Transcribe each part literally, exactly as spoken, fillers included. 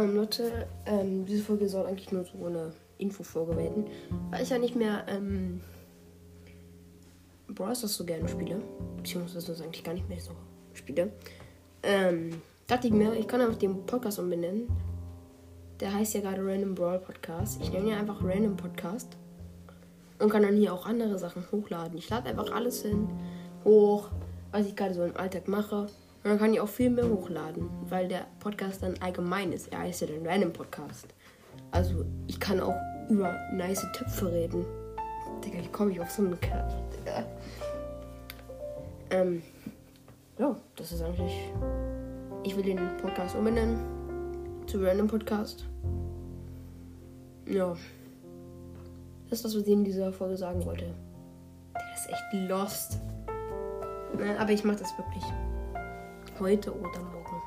Ähm, Leute, ähm, diese Folge soll eigentlich nur so eine Infofolge werden, weil ich ja nicht mehr ähm, Brawl Stars so gerne spiele, beziehungsweise das eigentlich gar nicht mehr so spiele. Ähm, dachte ich mir, ich kann einfach den Podcast umbenennen. Der heißt ja gerade Random Brawl Podcast. Ich nenne ihn einfach Random Podcast und kann dann hier auch andere Sachen hochladen. Ich lade einfach alles hin, hoch, was ich gerade so im Alltag mache. Und dann kann ich auch viel mehr hochladen, weil der Podcast dann allgemein ist. Er heißt ja den Random Podcast. Also ich kann auch über nice Töpfe reden. Digga, ich komme nicht auf so einen Kerl. Digga. Ähm, ja, das ist eigentlich... Ich will den Podcast umbenennen zu Random Podcast. Ja. Das ist das, was ich in dieser Folge sagen wollte. Das ist echt lost. Nein, aber ich mache das wirklich. Heute oder morgen.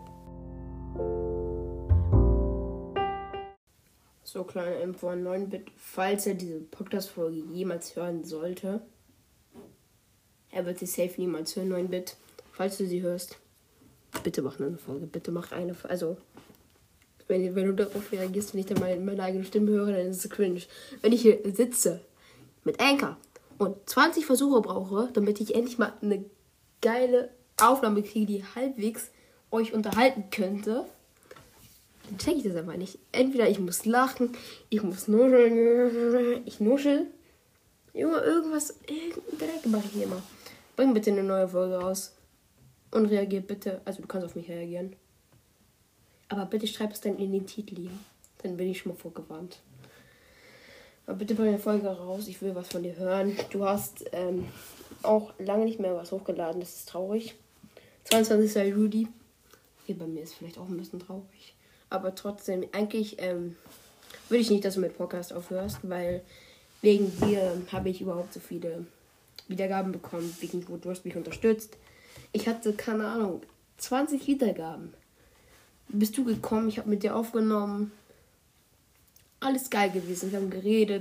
So, kleine Info an neun Bit. Falls er diese Podcast-Folge jemals hören sollte. Er wird sie safe niemals hören, neun Bit. Falls du sie hörst, bitte mach eine Folge. Bitte mach eine Folge. Also, wenn, wenn du darauf reagierst, wenn ich dann meine, meine eigene Stimme höre, dann ist es cringe. Wenn ich hier sitze mit Anchor und zwanzig Versuche brauche, damit ich endlich mal eine geile Aufnahme kriege, die halbwegs euch unterhalten könnte, dann check ich das einfach nicht. Entweder ich muss lachen, ich muss nuscheln, ich nuschel. Junge, irgendwas, irgendein Dreck mache ich hier immer. Bring bitte eine neue Folge raus. Und reagier bitte, also du kannst auf mich reagieren. Aber bitte schreib es dann in den Titel hier. Dann bin ich schon mal vorgewarnt. Aber bitte bring eine Folge raus, ich will was von dir hören. Du hast ähm, auch lange nicht mehr was hochgeladen, das ist traurig. zweiundzwanzigster Juli. Okay, bei mir ist vielleicht auch ein bisschen traurig. Aber trotzdem, eigentlich ähm, will ich nicht, dass du mit Podcast aufhörst, weil wegen dir habe ich überhaupt so viele Wiedergaben bekommen. Wegen du, du hast mich unterstützt. Ich hatte, keine Ahnung, zwanzig Wiedergaben. Bist du gekommen, ich habe mit dir aufgenommen. Alles geil gewesen, wir haben geredet.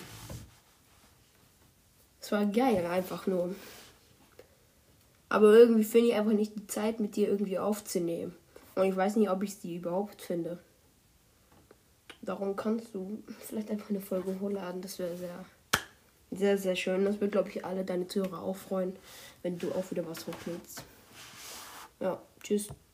Es war geil, einfach nur. Aber irgendwie finde ich einfach nicht die Zeit, mit dir irgendwie aufzunehmen. Und ich weiß nicht, ob ich sie überhaupt finde. Darum kannst du vielleicht einfach eine Folge hochladen. Das wäre sehr, sehr, sehr schön. Das wird, glaube ich, alle deine Zuhörer auch freuen, wenn du auch wieder was hochlädst. Ja, tschüss.